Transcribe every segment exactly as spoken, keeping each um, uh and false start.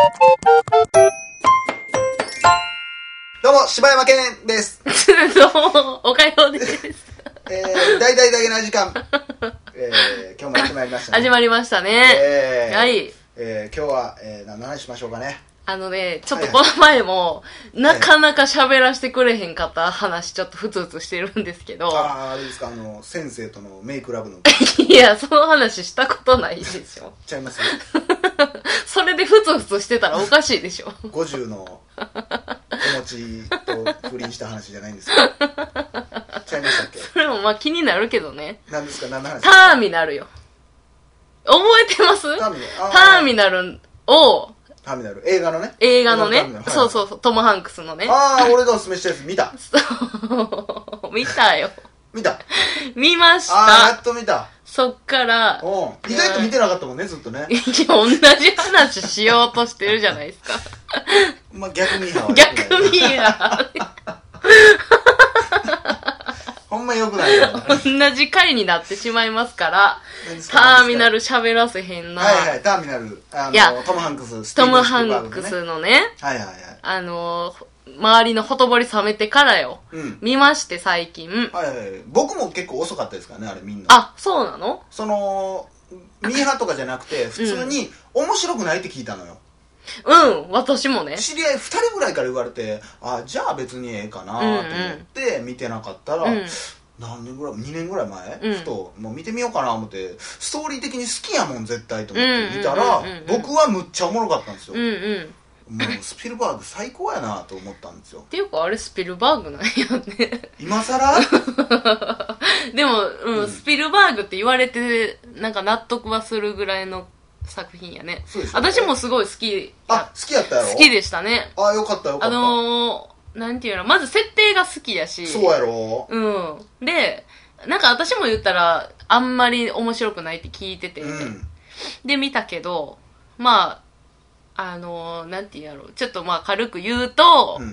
どうも、柴山健です。 どうも、おかようです。 えー、大々だけな時間、えー、今日もやってまいりましたね。 始まりましたね。えー、はい。 えー、今日は、えー、何の話しましょうかね。 あのね、ちょっとこの前も、はいはい、なかなか喋らせてくれへんかった話、ちょっとふつふつしてるんですけど。 ああ、あれですか、あの、先生とのメイクラブの。 いや、その話したことないでしょ。 ちゃいますね。 それでふつふつしてたらおかしいでしょ。 ごじゅうのお餅と不倫した話じゃないんですか。ちゃいましたっけ。 それもまあ気になるけどね。 何ですか、何の話ですか。ターミナルよ。覚えてます？ ターミナル。 ターミナルを、 ターミナル。映画のね。 映画のね。のはい、そうそうそう。トム・ハンクスのね。 ああ、俺がおすすめしたやつ見た。 そう。見たよ。 見た。 見ました。 ああ、やっと見た。 そっから。 お意外と見てなかったもんね、ずっとね。 いや、同じ話しようとしてるじゃないですか。 まあ、逆ミーハーは。 逆ミーハー。 ほんまよくないよ。 同じ回になってしまいますから、ターミナル喋らせへんな。 はいはい、ターミナル。あの、トム・ハンクス。 トム・ハンクスのね。 はいはいはい。 あの、周りのほとぼり冷めてからよ。うん。見まして、最近。 はいはい。僕も結構遅かったですからね、あれみんな。 あ、そうなの？ その、ミーハーとかじゃなくて、普通に面白くないって聞いたのよ。 うん、私もね。 知り合いふたりぐらいから言われて、あ、じゃあ別にええかなと思って見てなかったら、うんうん、何年ぐらい、にねんぐらい前、うん、ふともう見てみようかな思って、ストーリー的に好きやもん絶対と思って見たら、僕はむっちゃおもろかったんですよ。うんうん、もうスピルバーグ最高やなと思ったんですよ。 っていうかあれスピルバーグなんやね。 今更でも、うん、うん、スピルバーグって言われてなんか納得はするぐらいの作品やね。そうですよね。私もすごい好き。 あ、好きやったやろ。 好きでしたね。 あ、よかったよかった。 あのー、なんていうの、まず設定が好きやし。 そうやろ。 うん。で、なんか私も言ったら、あんまり面白くないって聞いてて。うん、で、見たけど、まあ、あのー、なんていうんやろう。ちょっとまあ軽く言うと、うん、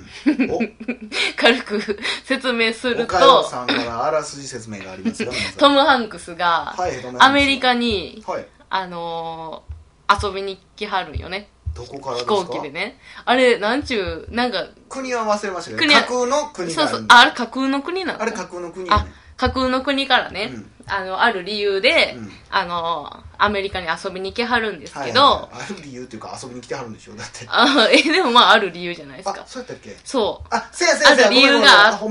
お軽く説明すると、 岡山さんからあらすじ説明がありますよ。 トム・ハンクスが、アメリカに、はい、あのー、遊びに来はるんよね。 どこからですか？ 飛行機でね。あれ、なんちゅう、なんか。 国は忘れましたけど、架空の国があるんです。そうそう。 あ、あれ架空の国なの？ あれ架空の国やね。 あ、架空の国からね、うん、あの、ある理由で、うん、あの、アメリカに遊びに来はるんですけど、はいはいはい、ある理由っていうか遊びに来てはるんでしょだって。 あ、え、でもまあある理由じゃないですか。 あ、そうやったっけ？ そう。 あ、せやせやせや。 ある理由があって、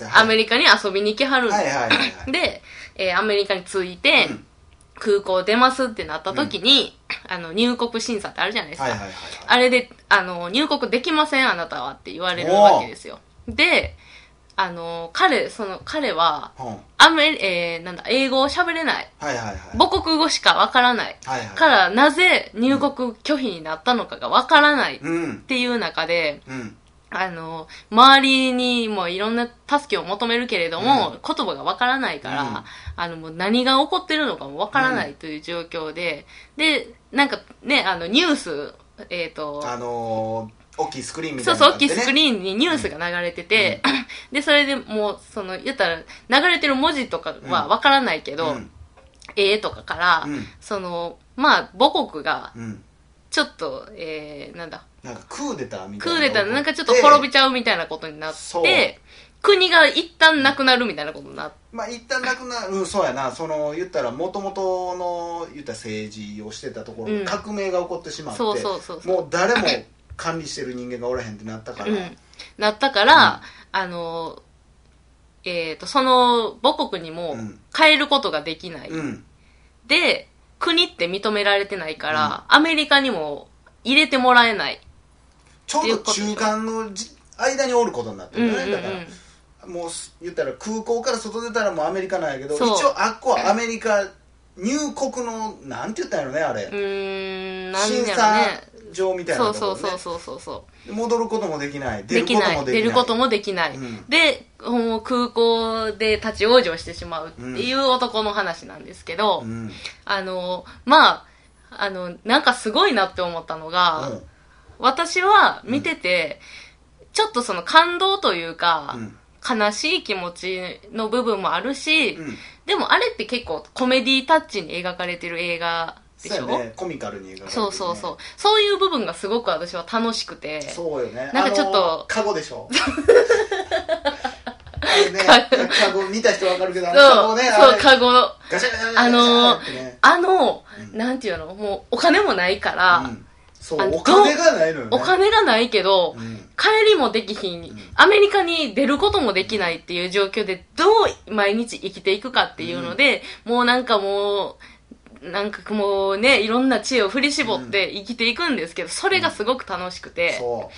アメリカに遊びに来はるんです。はいはいはい、はい。で、えー、アメリカに着いて、うん空港出ますってなった時に、うん、あの、入国審査ってあるじゃないですか。はいはいはいはい、あれで、あの、入国できません、あなたはって言われるわけですよ。で、あの、彼、その、彼は、アメリ、えー、なんだ、英語を喋れない。はいはいはい。母国語しかわからない。はいはい。から、なぜ入国拒否になったのかがわからないっていう中で、うんうんあの、周りにもいろんな助けを求めるけれども、うん、言葉がわからないから、うん、あの、もう何が起こってるのかもわからないという状況で、うん、で、なんかね、あの、ニュース、えっ、ー、と、 あのー、大きいスクリーンみたいな、ね。 そうそう、大きいスクリーンにニュースが流れてて、うん、で、それでもう、その、言ったら、流れてる文字とかはわからないけど、うん、絵とかから、うん、その、まあ、母国が、ちょっと、えー、なんだ、 なんかクーデターみたいな。クーデターでなんかちょっと滅びちゃうみたいなことになって、国が一旦なくなるみたいなことになって。 まあ一旦なくなる、うん、そうやな、その言ったら元々の言った政治をしてたところ、うん、革命が起こってしまって、そうそうそうそうもう誰も管理してる人間がおらへんってなったから。うん、 なったから、うん、あの、えっ、ー、と、その母国にも変えることができない。うん、で、国って認められてないから、うん、アメリカにも入れてもらえない。 ちょうど中間の間におることになってるよね、うんうんうん、だからもう言ったら空港から外出たらもうアメリカなんやけど一応あっこはアメリカ入国のなんて言ったんやろねあれうーんなん審査場みたいなところ、ね、 そうそうそうそうそう戻ることもできない出ることもできない出ることもできない、うん、でもう空港で立ち往生してしまうっていう男の話なんですけど、うん、あのまああのなんかすごいなって思ったのが、うん私は見てて、うん、ちょっとその感動というか、うん、悲しい気持ちの部分もあるし、うん、でもあれって結構コメディタッチに描かれてる映画でしょ、 ね、コミカルに描かれてる、ね、 そうそうそう。そういう部分がすごく私は楽しくて。 そうよね。 なんかちょっと。 カゴでしょ。あれね、カゴ見た人わかるけど、あのカゴね。 そう、カゴ。 ガシャガシャガシャガシャあのー、ね、 あの、うん、なんていうの、もうお金もないから、 うん、そう、お金がないのよね。 お金がないけど、うん、帰りもできひん、うん、アメリカに出ることもできないっていう状況で、どう毎日生きていくかっていうので、うん、もうなんかもう、なんかもうね、いろんな知恵を振り絞って生きていくんですけど、それがすごく楽しくて、そう。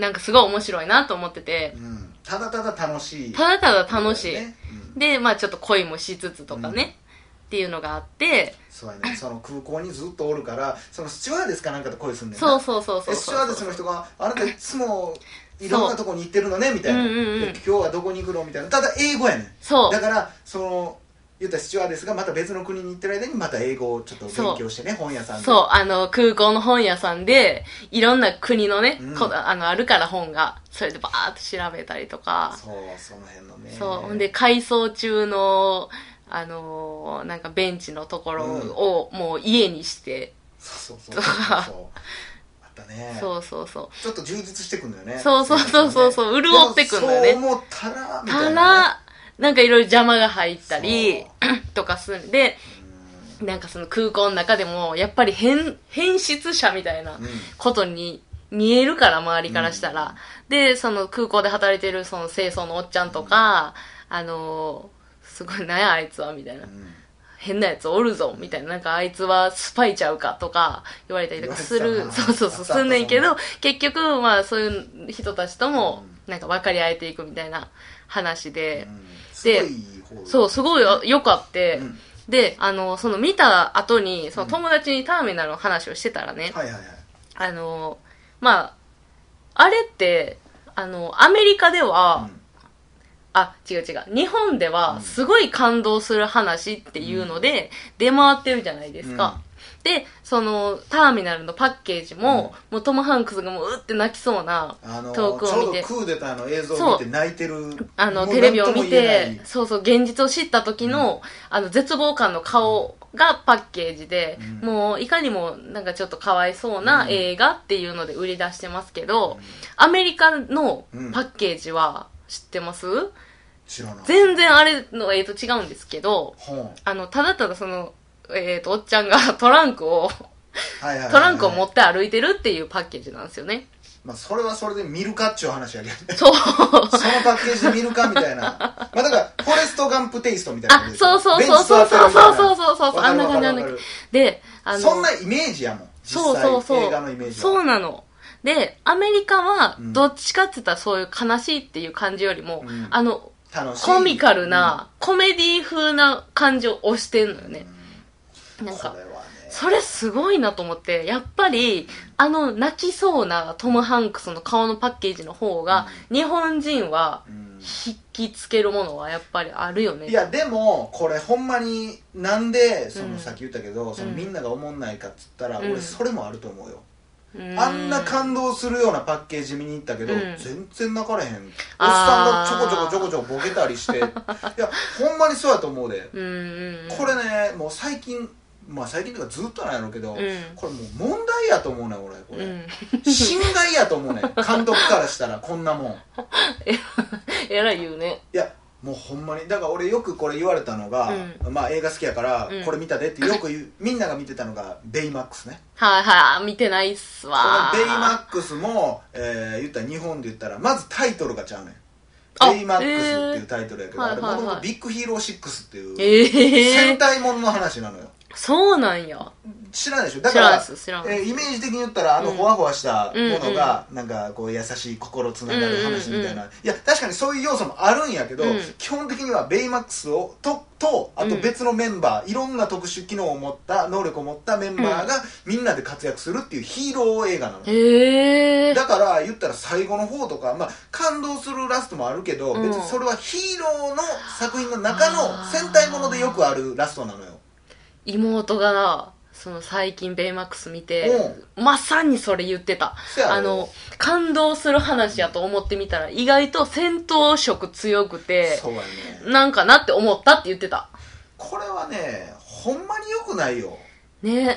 なんかすごい面白いなと思ってて、 うん、ただただ楽しい。 ただただ楽しい。ね、うん、で、まあちょっと恋もしつつとかね、うん、っていうのがあって、 そうやね、その空港にずっとおるから、そのスチュワーデスかなんかと恋すんねんな。 そうそうそうそうそう。 スチュワーデスの人が、あなたいつも、いろんなとこに行ってるのねみたいな、うんうんうん、今日はどこに行くのみたいな。ただ英語やねん。そう。だから、その、言ったスチュワーデスがまた別の国に行ってる間にまた英語をちょっと勉強してね、本屋さんで。 そう、あの、空港の本屋さんで、いろんな国のね、うん、こあの、あるから本が、それでバーッと調べたりとか。 そう、その辺のね。 そう、ほんで、改装中の、あのー、なんかベンチのところをもう家にして、 うん、そうそうそうそう。あったね。 そうそうそう。 ちょっと充実してくんだよね。 そうそうそうそうそう、潤ってくんだよね。 そう思ったら、みたいな、ね。 たら、なんかいろいろ邪魔が入ったりとかするんで、なんかその空港の中でもやっぱり変変質者みたいなことに見えるから、周りからしたら、うん、でその空港で働いてるその清掃のおっちゃんとか、うん、あのすごいなんやあいつはみたいな、うん、変なやつおるぞみたいな、なんかあいつはスパイちゃうかとか言われたりとかする、そうそうそうすんねんけど、結局まあそういう人たちともなんか分かり合えていくみたいな話で、うん、で、そう、すごい良かって、うん、で、あの、その見た後に、その友達にターミナルの話をしてたらね、 はいはいはい、 あの、まあ、あれって、あの、アメリカでは、うん、あ、違う違う、日本ではすごい感動する話っていうので、出回ってるじゃないですか。うんで、そのターミナルのパッケージも、うん、もうトム・ハンクスがもううって泣きそうなトークを見て、 ちょうどクーデターの映像を見て泣いてる、 あのテレビを見て、そうそう現実を知った時の、うん、あの絶望感の顔がパッケージで、うん、もういかにもなんかちょっとかわいそうな映画っていうので売り出してますけど、うん、アメリカのパッケージは知ってます？ 知らない。 全然あれの絵と違うんですけど、あのただただそのえっと、おっちゃんがトランクを、はいはいはいはい、トランクを持って歩いてるっていうパッケージなんですよね。 まあ、それはそれで見るかっちゅう話やけどね。 そう。そのパッケージで見るかみたいな。まあ、だから、フォレストガンプテイストみたいな。 あ、そうそうそうそうそうそうそうそうそう、あんな感じなんだけど。で、 あの、そんなイメージやもん。 そうそうそう。 映画のイメージは。 そうなの。で、アメリカは、どっちかって言ったらそういう悲しいっていう感じよりも、うん、あの、コミカルな、うん、コメディ風な感じを推してんのよね。うんなんか、それすごいなと思って、やっぱり、あの泣きそうなトム・ハンクスの顔のパッケージの方が、うん、日本人は引きつけるものはやっぱりあるよね。 いや、でも、これほんまになんで、その、さっき言ったけど、うん、そのみんなが思んないかっつったら、うん、俺それもあると思うよ。うん、あんな感動するようなパッケージ見に行ったけど、うん、全然泣かれへん。おっさんがちょこちょこちょこちょこボケたりして、いや、ほんまにそうやと思うで。 うんうんうん、 これね、もう最近、まあ最近とかずっとなんやろうけど、うん、これもう問題やと思うねん俺これ、うん、侵害やと思うねん監督からしたらこんなもんえらい言うね。 いやもうほんまにだから俺よくこれ言われたのが、うん、まあ映画好きやからこれ見たでってよく言う、みんなが見てたのがベイマックスね。 はいはい見てないっすわ。 ベイマックスも、えー、言ったら日本で言ったらまずタイトルがちゃうねん。ベイマックスっていうタイトルやけど、えー、あれもともとビッグヒーローシックスっていう、えー、戦隊ものの話なのよ。 そうなんや。 知らないでしょ。だから、 知らん、 えー、イメージ的に言ったらあのほわほわしたものが、うん、なんかこう優しい心つながる話みたいな、うんうんうん、いや確かにそういう要素もあるんやけど、うん、基本的にはベイマックスをととあと別のメンバー、うん、いろんな特殊機能を持った能力を持ったメンバーがみんなで活躍するっていうヒーロー映画なの。 へー。 だから言ったら最後の方とか、まあ、感動するラストもあるけど、うん、別にそれはヒーローの作品の中の戦隊ものでよくあるラストなのよ。 妹がなその最近ベイマックス見て、うん、まさにそれ言ってた。あの感動する話やと思ってみたら意外と戦闘色強くて、 そうやね、 なんかなって思ったって言ってた。 これはねほんまに良くないよね。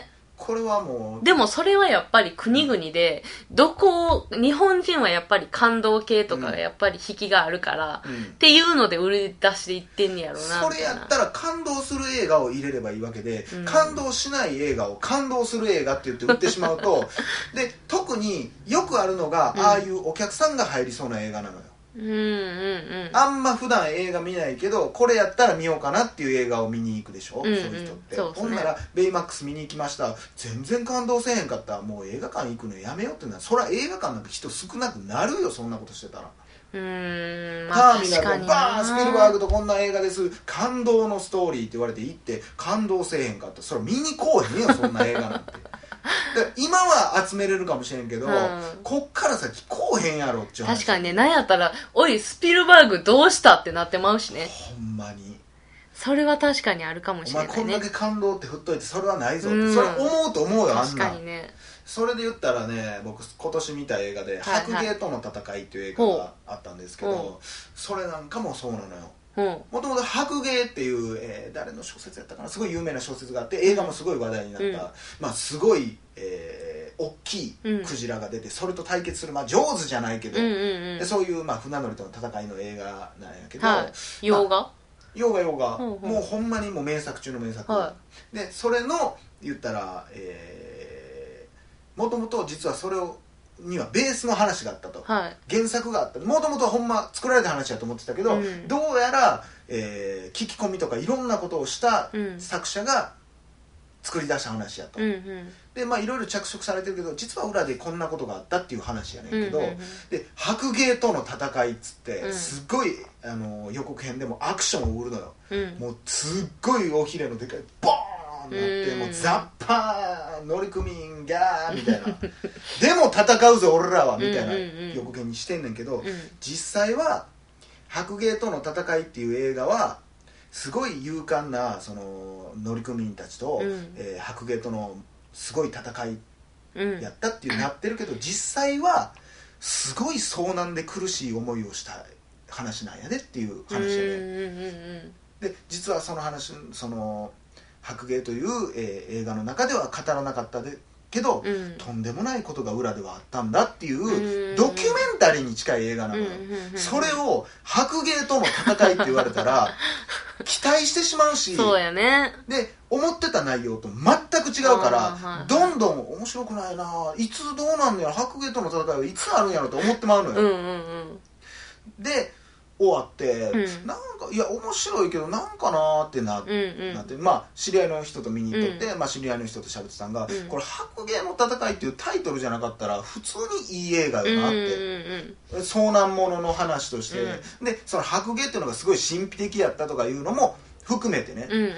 これはもうでもそれはやっぱり国々でどこを日本人はやっぱり感動系とかがやっぱり引きがあるから、うん、っていうので売り出していってんねやろうな。 それやったら感動する映画を入れればいいわけで、うん、感動しない映画を感動する映画って言って売ってしまうとで特によくあるのが、うん、ああいうお客さんが入りそうな映画なのよ。 うんうんうん、 あんま普段映画見ないけどこれやったら見ようかなっていう映画を見に行くでしょ、うんうん、そういう人って。そうですね、ほんならベイマックス見に行きました、全然感動せえへんかった、もう映画館行くのやめようってな、そりゃ映画館なんか人少なくなるよ、そんなことしてたら。 うーん、まあ、 ターミナルのバーンスピルバーグとこんな映画です感動のストーリーって言われて行って感動せえへんかった、それ見に来おへんよそんな映画なんてで今は集めれるかもしれんけど、うん、こっから先こうへんやろっちゅう話。 確かにね、なんやったらおいスピルバーグどうしたってなってまうしね。 ほんまにそれは確かにあるかもしれないね。 お前こんだけ感動って振っといてそれはないぞって、うん、それ思うと思うよ、あんな。 確かにね。 それで言ったらね、僕今年見た映画で「白芸との戦い」っていう映画があったんですけど、はいはい、それなんかもそうなのよ。もともと白芸っていう、えー、誰の小説やったかな、すごい有名な小説があって映画もすごい話題になった、うん、まあすごい、えー、大きいクジラが出て、うん、それと対決する、まあ上手じゃないけど、うんうんうん、でそういう、まあ、船乗りとの戦いの映画なんやけど、はい、 洋画、 まあ、洋画洋画、うんうん、もうほんまにもう名作中の名作、はい、でそれの言ったら、えー、もともと実はそれをにはベースの話があったと、はい、原作があった、もともとはほんま作られた話だと思ってたけど、うん、どうやら、えー、聞き込みとかいろんなことをした作者が作り出した話やと、うんうん、でまあいろいろ着色されてるけど実は裏でこんなことがあったっていう話やねんけど、うんうんうん、で白芸との戦いっつって、うん、すごいあの予告編でもアクションを売るのよ、うん、もうすっごい大ひれのでかいボーンなって、もうザッパー乗組員ガーみたいなでも戦うぞ俺らはみたいな予告編にしてんねんけど、うんうんうん、実際は白芸との戦いっていう映画はすごい勇敢なその乗組員たちと、うん、えー、白芸とのすごい戦いやったっていうなってるけど、実際はすごい遭難で苦しい思いをした話なんやでっていう話やね、うんうんうん、で実はその話その白芸という、えー、映画の中では語らなかったでけど、うん、とんでもないことが裏ではあったんだっていうドキュメンタリーに近い映画なのよ、うん、それを白芸との戦いって言われたら期待してしまうし、 そうやね、 で思ってた内容と全く違うから、はい、どんどん面白くないな、いつどうなんのやろ、白芸との戦いはいつあるんやろと思ってまうのよ、うんうんうん、で終わって、うん、なんかいや面白いけどなんかなーって な,、うんうん、なってまあ知り合いの人と見に行っとって、うん、まあ、知り合いの人と喋ってたんが、うん、これ白芸の戦いっていうタイトルじゃなかったら普通にいい映画よなって、うんうんうん、遭難者の話として、うん、でその白芸っていうのがすごい神秘的やったとかいうのも含めてね、うんうんうん、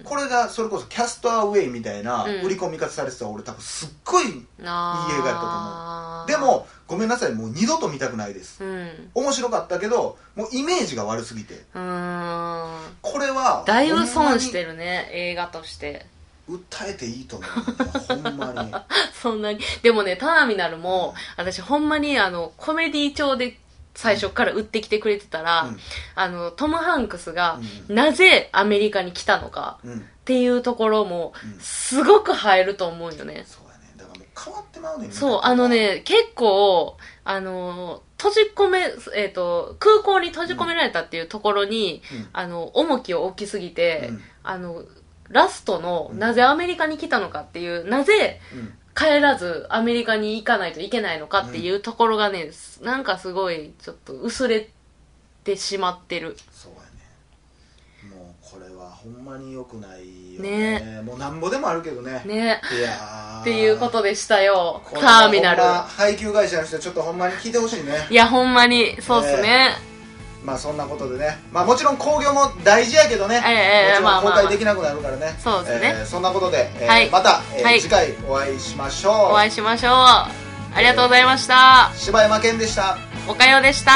これがそれこそキャストアウェイみたいな売り込み方されてたら俺多分すっごいいい映画やったと思う。でもごめんなさい、もう二度と見たくないです、うん、面白かったけどもうイメージが悪すぎて、うーん、これはだいぶ損してるね映画として。 訴えていいと思うほんまにそんなにでもね、ターミナルも、うん、私ほんまにあのコメディ調で最初から売ってきてくれてたら、うん、あのトム・ハンクスがなぜアメリカに来たのかっていうところもすごく入ると思うよね、うん、 そうやね、だからもう変わってまうねんね。 そう、あのね、結構あの閉じ込め、えーと、空港に閉じ込められたっていうところに、うん、あの重きを置きすぎて、うん、あのラストのなぜアメリカに来たのかっていう、なぜ、うん帰らずアメリカに行かないといけないのかっていうところがね、うん、なんかすごいちょっと薄れてしまってる。 そうやね、もうこれはほんまに良くないよ ね, ねもうなんぼでもあるけどね。ね、 いやっていうことでしたよ、ターミナル。 配給会社の人ちょっとほんまに聞いてほしいね。 いやほんまにそうっすね、えーまあそんなことでね、まあもちろん興行も大事やけどね、えー、もちろん公開できなくなるからね、まあまあまあ、そうですね、えー、そんなことで、えーはい、また、えーはい、次回お会いしましょう。 お会いしましょう。ありがとうございました。 えー、柴山健でした。 おかよでした。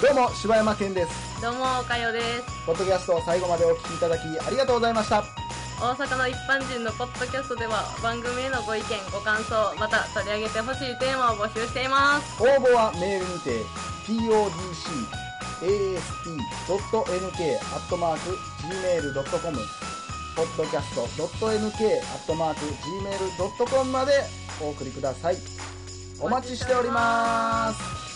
どうも柴山健です。 どうもおかよです。 ポッドキャストを最後までお聞きいただきありがとうございました。 大阪の一般人のポッドキャストでは番組へのご意見ご感想また取り上げてほしいテーマを募集しています。 応募はメールにて ポッドキャスト ドットエヌケー アットマーク ジーメール ドットコム ポッドキャスト ドットエヌケー アットマーク ジーメール ドットコム までお送りください。お待ちしております。